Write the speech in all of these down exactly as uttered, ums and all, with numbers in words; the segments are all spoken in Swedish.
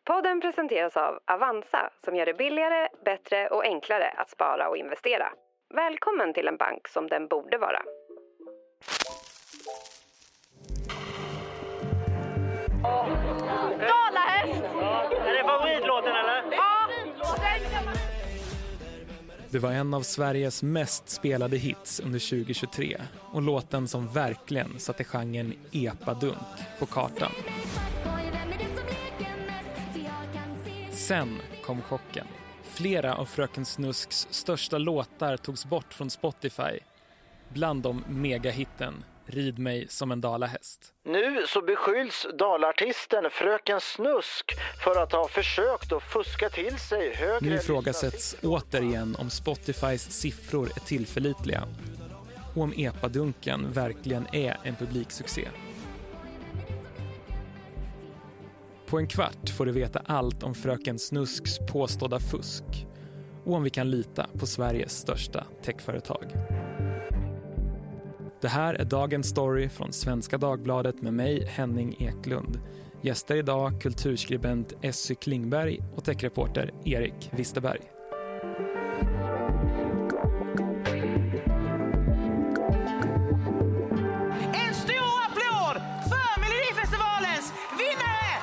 Podden presenteras av Avanza som gör det billigare, bättre och enklare att spara och investera. Välkommen till en bank som den borde vara. Dalahäst! Ja, är det favoritlåten eller? Ja! Det var en av Sveriges mest spelade hits under tjugo tjugotre och låten som verkligen satte genren epadunk på kartan. Sen kom chocken. Flera av Fröken Snusks största låtar togs bort från Spotify. Bland dem megahitten Rid mig som en dalahäst. Nu så beskylls dalartisten Fröken Snusk för att ha försökt att fuska till sig högre... Nu ifrågasätts återigen om Spotifys siffror är tillförlitliga och om epadunken verkligen är en publiksuccé. På en kvart får du veta allt om Fröken Snusks påstådda fusk och om vi kan lita på Sveriges största techföretag. Det här är dagens story från Svenska Dagbladet med mig, Henning Eklund. Gäster idag kulturskribent Essy Klingberg och techreporter Erik Wisterberg. En stor applåd för Melodifestivalens vinnare,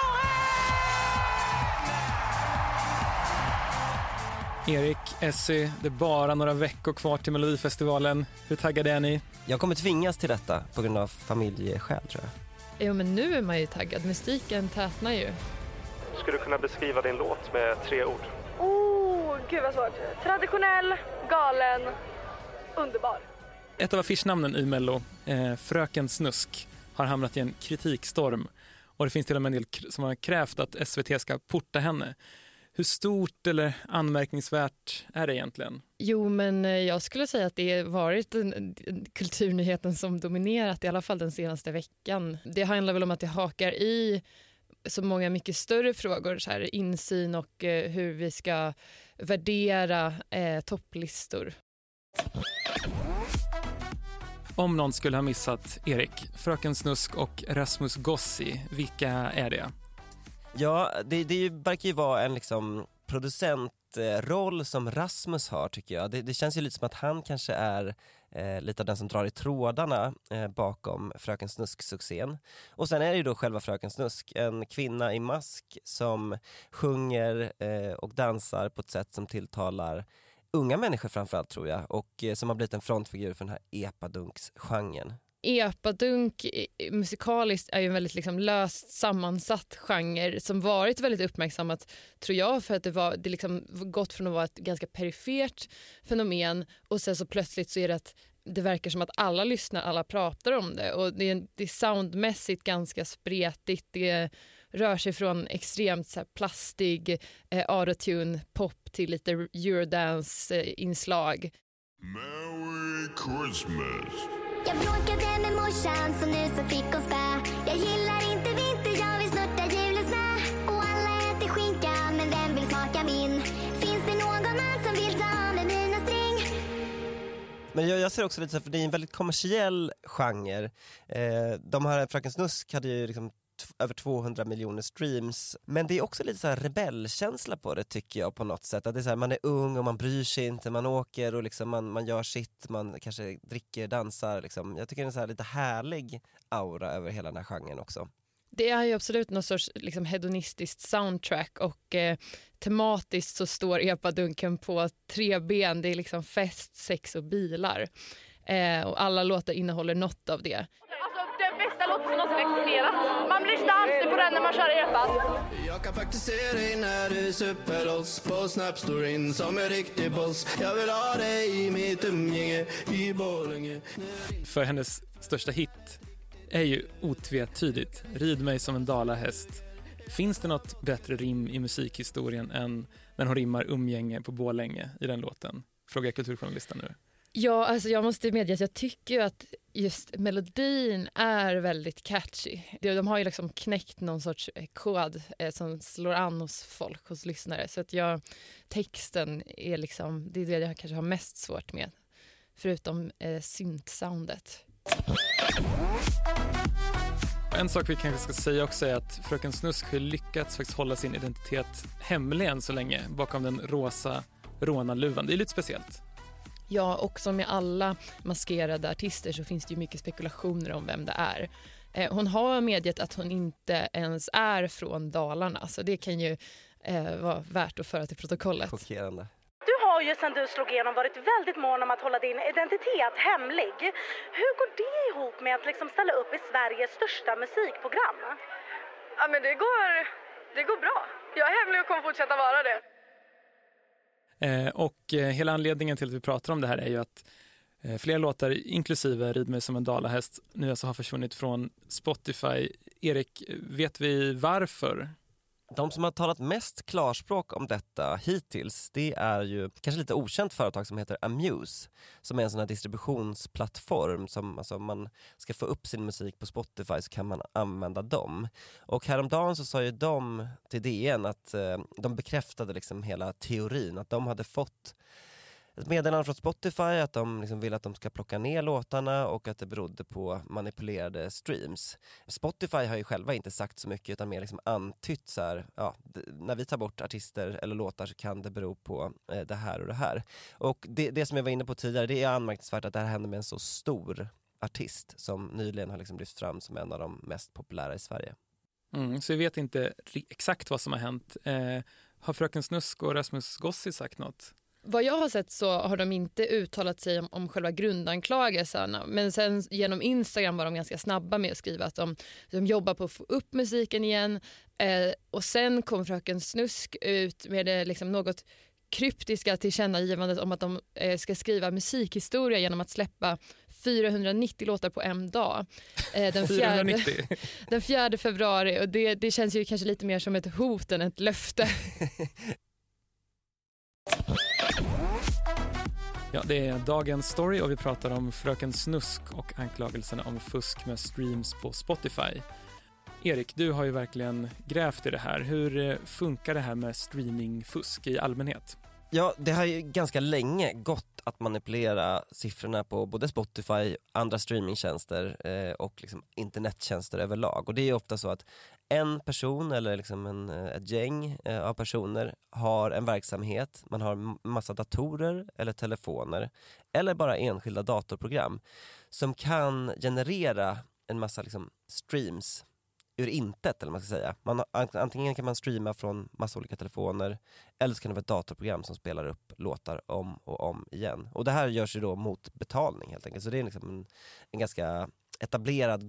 Loreen! Erik, Essy, det är bara några veckor kvar till Melodifestivalen. Hur taggade är ni? Jag kommer tvingas till detta på grund av familjeskäl, tror jag. Jo, men nu är man ju taggad. Mystiken tätnar ju. Skulle du kunna beskriva din låt med tre ord? Oh, gud vad svårt. Traditionell, galen, underbar. Ett av affischnamnen i Mello, eh, Fröken Snusk, har hamnat i en kritikstorm. Och det finns till och med en del som har krävt att S V T ska porta henne. Hur stort eller anmärkningsvärt är det egentligen? Jo, men jag skulle säga att det har varit en, kulturnyheten som dominerat i alla fall den senaste veckan. Det handlar väl om att det hakar i så många mycket större frågor, så här, insyn och eh, hur vi ska värdera eh, topplistor. Om någon skulle ha missat Erik, Fröken Snusk och Rasmus Gossi, vilka är det? Ja, det, det verkar ju vara en liksom producentroll som Rasmus har, tycker jag. Det, det känns ju lite som att han kanske är eh, lite av den som drar i trådarna eh, bakom Fröken Snusk-succén. Och sen är det ju då själva Fröken Snusk, en kvinna i mask som sjunger eh, och dansar på ett sätt som tilltalar unga människor framförallt, tror jag. Och eh, som har blivit en frontfigur för den här epadunks-genren. Epadunk musikaliskt är ju en väldigt liksom löst sammansatt genre som varit väldigt uppmärksammat, tror jag, för att det var det liksom gått från att vara ett ganska perifert fenomen och sen så plötsligt så är det att det verkar som att alla lyssnar, alla pratar om det, och det är, det är soundmässigt ganska spretigt. Det rör sig från extremt så här plastig eh, autotune pop till lite eurodance eh, inslag. Merry Christmas. Jag bråkade med morsan så nu så fick hon spä. Jag gillar inte vinter, jag vill snurta julens snö. Och alla äter skinka, men vem vill smaka min? Finns det någon annan som vill ta med mina string? Men jag, jag ser också lite så, för det är en väldigt kommersiell genre. Eh, de här Fröken Snusk hade ju liksom t- över tvåhundra miljoner streams. Men det är också lite så här rebellkänsla på det, tycker jag, på något sätt. Att det är så här, man är ung och man bryr sig inte. Man åker och liksom man, man gör sitt. Man kanske dricker, dansar. Liksom. Jag tycker det är en så här lite härlig aura över hela den här genren också. Det är ju absolut någon sorts liksom hedonistiskt soundtrack, och eh, tematiskt så står epadunken på tre ben. Det är liksom fest, sex och bilar. Eh, och alla låtar innehåller något av det. Alltså den bästa låten som någonsin existerat. Man lyssnar alltid på den när man kör epad. Jag kan faktiskt se dig när du super oss på Snapstoryn som en riktig boss. Jag vill ha dig i mitt umgänge i Borlänge. För hennes största hit är ju otvetydigt Rid mig som en dalahäst. Finns det något bättre rim i musikhistorien än när hon rimmar umgänge på Borlänge i den låten? Frågar kulturjournalisten nu. Ja, alltså jag måste medge att jag tycker att just melodin är väldigt catchy. De har ju liksom knäckt någon sorts kod eh, som slår an hos folk, hos lyssnare. Så att jag, texten är liksom, det är det jag kanske har mest svårt med. Förutom eh, syntsoundet. En sak vi kanske ska säga också är att Fröken Snusk har lyckats faktiskt hålla sin identitet hemlig än så länge bakom den rosa rånarluvan. Det är lite speciellt. Ja, och som med alla maskerade artister så finns det ju mycket spekulationer om vem det är. Eh, hon har medgett att hon inte ens är från Dalarna, så det kan ju eh, vara värt att föra till protokollet. Chockerande. Du har ju sedan du slog igenom varit väldigt mån om att hålla din identitet hemlig. Hur går det ihop med att liksom ställa upp i Sveriges största musikprogram? Ja, men det går, det går bra. Jag är hemlig och kommer fortsätta vara det. Eh, och eh, hela anledningen till att vi pratar om det här är ju att eh, flera låtar, inklusive Rid mig som en dalahäst, nu alltså har försvunnit från Spotify. Erik, vet vi varför? De som har talat mest klarspråk om detta hittills, det är ju kanske lite okänt företag som heter Amuse, som är en sån här distributionsplattform som alltså, om man ska få upp sin musik på Spotify så kan man använda dem. Och häromdagen så sa ju de till D N att eh, de bekräftade liksom hela teorin, att de hade fått ett meddelande från Spotify att de liksom vill att de ska plocka ner låtarna och att det berodde på manipulerade streams. Spotify har ju själva inte sagt så mycket utan mer liksom antytt så här, ja, d- när vi tar bort artister eller låtar så kan det bero på eh, det här och det här. Och det, det som jag var inne på tidigare, det är anmärkningsvärt att det här händer med en så stor artist som nyligen har liksom lyft fram som en av de mest populära i Sverige. Mm, så vi vet inte exakt vad som har hänt. Eh, har Fröken Snusk och Rasmus Gossi sagt något? Vad jag har sett så har de inte uttalat sig om, om själva grundanklagelserna. Men sen genom Instagram var de ganska snabba med att skriva att de, de jobbar på att få upp musiken igen. Eh, och sen kom Fröken Snusk ut med det liksom något kryptiska tillkännagivandet om att de eh, ska skriva musikhistoria genom att släppa fyrahundranittio låtar på en dag. Eh, den, fjärde, den fjärde februari. Och det, det känns ju kanske lite mer som ett hot än ett löfte. Ja, det är dagens story och vi pratar om Fröken Snusk och anklagelserna om fusk med streams på Spotify. Erik, du har ju verkligen grävt i det här. Hur funkar det här med streamingfusk i allmänhet? Ja, det har ju ganska länge gått att manipulera siffrorna på både Spotify, andra streamingtjänster eh, och liksom internettjänster överlag. Och det är ofta så att en person eller liksom en, ett gäng eh, av personer har en verksamhet, man har massa datorer eller telefoner eller bara enskilda datorprogram som kan generera en massa liksom, streams ur intet, eller man ska säga. Man, antingen kan man streama från massa olika telefoner eller så kan det vara ett datorprogram som spelar upp låtar om och om igen. Och det här görs ju då mot betalning helt enkelt. Så det är liksom en, en ganska etablerad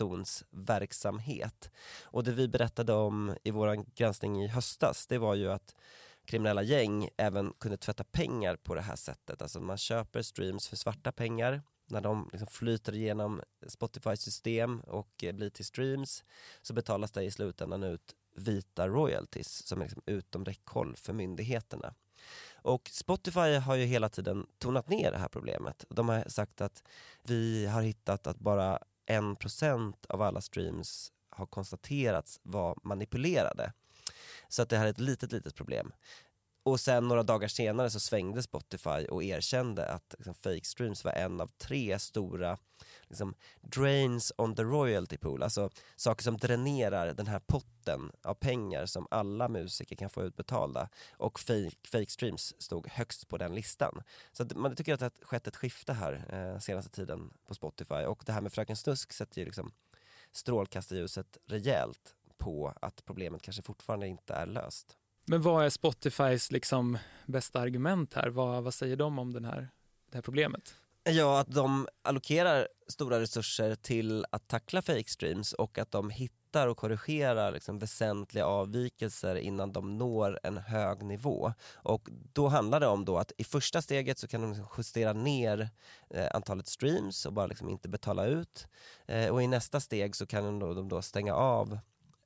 gråzonsverksamhet. Och det vi berättade om i vår granskning i höstas, det var ju att kriminella gäng även kunde tvätta pengar på det här sättet. Alltså man köper streams för svarta pengar. När de liksom flyter igenom Spotify-system och blir till streams så betalas det i slutändan ut vita royalties som är liksom utom räckhåll för myndigheterna. Och Spotify har ju hela tiden tonat ner det här problemet. De har sagt att vi har hittat att bara en procent av alla streams har konstaterats vara manipulerade. Så att det här är ett litet, litet problem. Och sen några dagar senare så svängde Spotify och erkände att liksom, fake streams var en av tre stora liksom, drains on the royalty pool. Alltså saker som dränerar den här potten av pengar som alla musiker kan få utbetalda. Och fake, fake streams stod högst på den listan. Så att man tycker att det har skett ett skifte här eh, senaste tiden på Spotify. Och det här med Fröken Snusk sätter ju liksom strålkastarljuset rejält på att problemet kanske fortfarande inte är löst. Men vad är Spotifys liksom bästa argument här? Vad, vad säger de om den här, det här problemet? Ja, att de allokerar stora resurser till att tackla fake streams och att de hittar och korrigerar liksom väsentliga avvikelser innan de når en hög nivå. Och då handlar det om då att i första steget så kan de liksom justera ner eh, antalet streams och bara liksom inte betala ut. Eh, och i nästa steg så kan de då, de då stänga av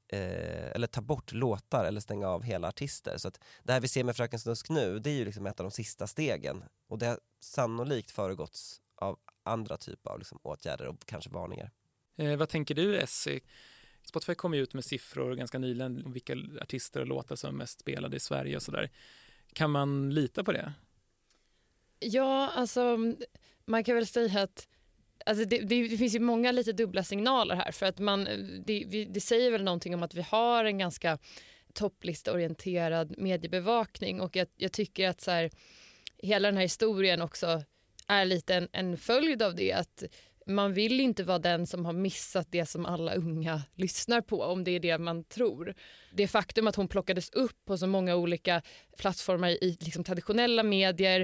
Eh, eller ta bort låtar eller stänga av hela artister. Så att det här vi ser med Fröken Snusk nu, det är ju liksom ett av de sista stegen. Och det har sannolikt föregåtts av andra typer av liksom åtgärder och kanske varningar. Eh, vad tänker du, Essie? Spotify kom ju ut med siffror ganska nyligen om vilka artister och låtar som är mest spelade i Sverige och sådär. Kan man lita på det? Ja, alltså man kan väl säga att Alltså det, det, det finns ju många lite dubbla signaler här. För att man, det, vi, det säger väl någonting om att vi har en ganska topplisteorienterad mediebevakning. Och jag, jag tycker att så här, hela den här historien också är lite en, en följd av det. Att man vill inte vara den som har missat det som alla unga lyssnar på, om det är det man tror. Det faktum att hon plockades upp på så många olika plattformar i liksom traditionella medier,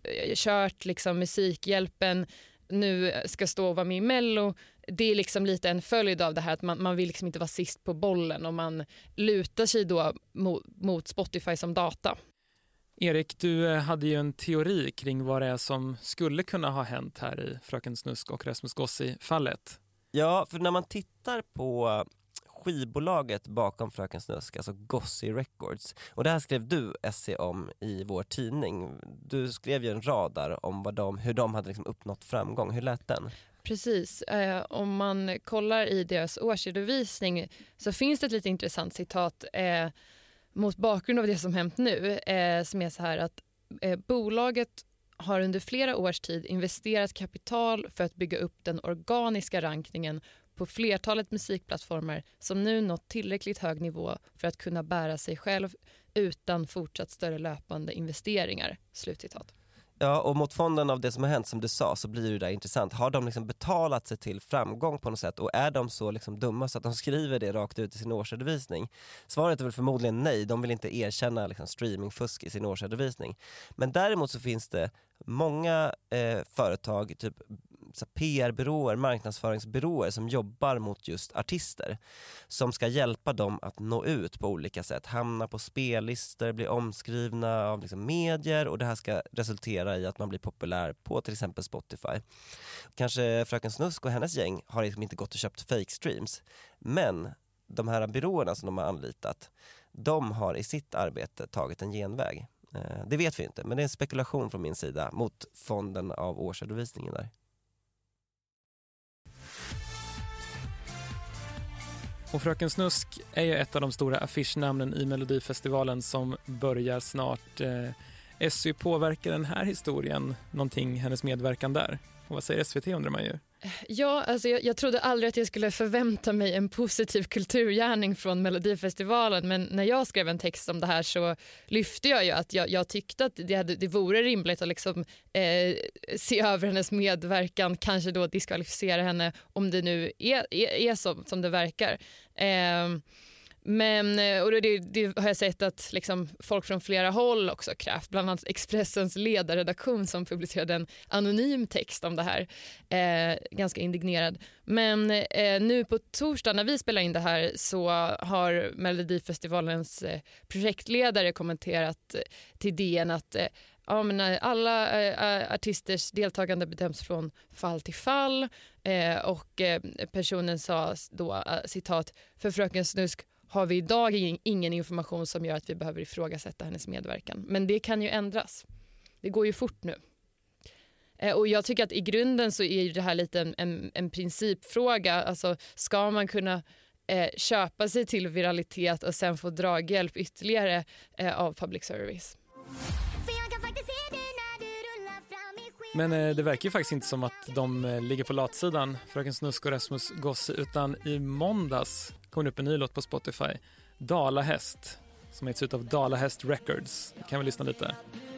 kört liksom Musikhjälpen, nu ska stå och vara med i Mello. Det är liksom lite en följd av det här att man, man vill liksom inte vara sist på bollen och man lutar sig då mot, mot Spotify som data. Erik, du hade ju en teori kring vad det är som skulle kunna ha hänt här i Fröken Snusk och Rasmus Gossi-fallet. Ja, för när man tittar på skivbolaget bakom Fröken Snusk, alltså Gossi Records, och det här skrev du esse om i vår tidning. Du skrev ju en rad där om vad de, hur de hade liksom uppnått framgång. Hur lät den? Precis. Eh, om man kollar i deras årsredovisning så finns det ett lite intressant citat eh, mot bakgrund av det som hänt nu, eh, som är så här att eh, bolaget har under flera års tid investerat kapital för att bygga upp den organiska rankningen på flertalet musikplattformar som nu nått tillräckligt hög nivå för att kunna bära sig själv utan fortsatt större löpande investeringar. Slutcitat. Ja, och mot fonden av det som har hänt, som du sa, så blir det där intressant. Har de liksom betalat sig till framgång på något sätt, och är de så liksom dumma så att de skriver det rakt ut i sin årsredovisning? Svaret är väl förmodligen nej. De vill inte erkänna liksom streamingfusk i sin årsredovisning. Men däremot så finns det många eh, företag, typ så P R-byråer, marknadsföringsbyråer som jobbar mot just artister, som ska hjälpa dem att nå ut på olika sätt, hamna på spellistor, bli omskrivna av liksom medier, och det här ska resultera i att man blir populär på till exempel Spotify. Kanske Fröken Snusk och hennes gäng har liksom inte gått och köpt fake streams, men de här byråerna som de har anlitat, de har i sitt arbete tagit en genväg. Det vet vi inte, men det är en spekulation från min sida mot fonden av årsredovisningen där. Och Fröken Snusk är ju ett av de stora affischnamnen i Melodifestivalen som börjar snart. Eh, S U påverkar den här historien någonting, hennes medverkan där? Och vad säger S V T, undrar man ju. Ja, alltså jag, jag trodde aldrig att jag skulle förvänta mig en positiv kulturgärning från Melodifestivalen, men när jag skrev en text om det här så lyfte jag ju att jag, jag tyckte att det, hade, det vore rimligt att liksom, eh, se över hennes medverkan, kanske då diskvalificera henne om det nu är, är, är så som det verkar. Eh, Men och det, det har jag sett att liksom folk från flera håll också krävt, bland annat Expressens ledarredaktion som publicerade en anonym text om det här, eh, ganska indignerad. Men eh, nu på torsdag när vi spelar in det här så har Melodifestivalens eh, projektledare kommenterat eh, till D N att eh, ja, men alla eh, artisters deltagande bedöms från fall till fall, eh, och eh, personen sa då, eh, citat, för Fröken Snusk har vi idag ingen information som gör att vi behöver ifrågasätta hennes medverkan. Men det kan ju ändras. Det går ju fort nu. Eh, och jag tycker att i grunden så är det här lite en, en, en principfråga. Alltså, ska man kunna eh, köpa sig till viralitet och sen få draghjälp ytterligare eh, av public service? Men eh, det verkar ju faktiskt inte som att de eh, ligger på latsidan, Fröken Snusk och Rasmus Gossi, utan i måndags kom det upp en ny låt på Spotify, Dalahäst, som är ut av Dalahäst Records. Kan vi lyssna lite?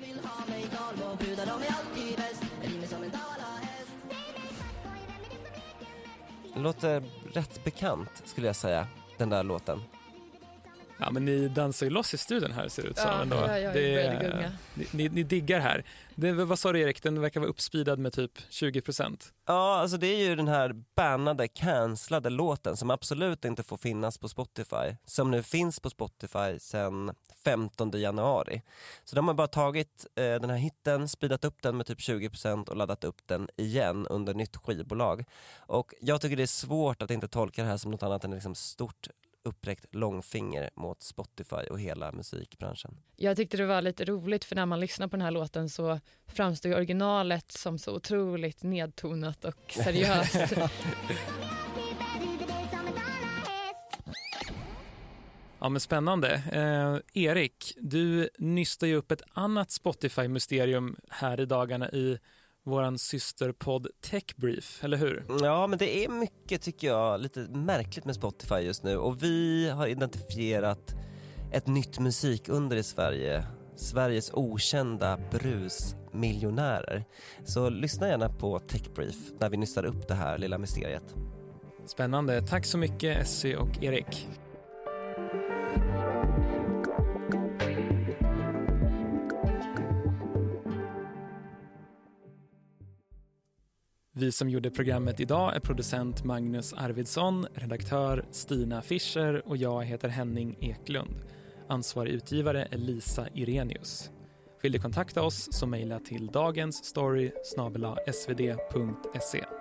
Det låter rätt bekant, skulle jag säga, den där låten. Ja, men ni dansar ju loss i studion här, ser det ut som. Ja, ändå. ja, jag det, är gunga. ni, ni, ni diggar här. Det, vad sa du, Erik? Den verkar vara uppspeedad med typ tjugo procent. Ja, alltså det är ju den här bannade, cancellade låten som absolut inte får finnas på Spotify. Som nu finns på Spotify sedan femtonde januari. Så de har bara tagit eh, den här hitten, speedat upp den med typ tjugo procent och laddat upp den igen under nytt skivbolag. Och jag tycker det är svårt att inte tolka det här som något annat än liksom stort uppräckt långfinger mot Spotify och hela musikbranschen. Jag tyckte det var lite roligt, för när man lyssnar på den här låten så framstår originalet som så otroligt nedtonat och seriöst. Ja, men spännande. Eh, Erik, du nystar ju upp ett annat Spotify-mysterium här i dagarna i våran systerpodd Tech Brief, eller hur? Ja, men det är mycket, tycker jag, lite märkligt med Spotify just nu. Och vi har identifierat ett nytt musikunder i Sverige. Sveriges okända brusmiljonärer. Så lyssna gärna på Tech Brief när vi nystar upp det här lilla mysteriet. Spännande. Tack så mycket, Essie och Erik. Vi som gjorde programmet idag är producent Magnus Arvidsson, redaktör Stina Fischer och jag heter Henning Eklund. Ansvarig utgivare är Lisa Irenius. Vill du kontakta oss så mejla till dagensstory snabel-a svd punkt se.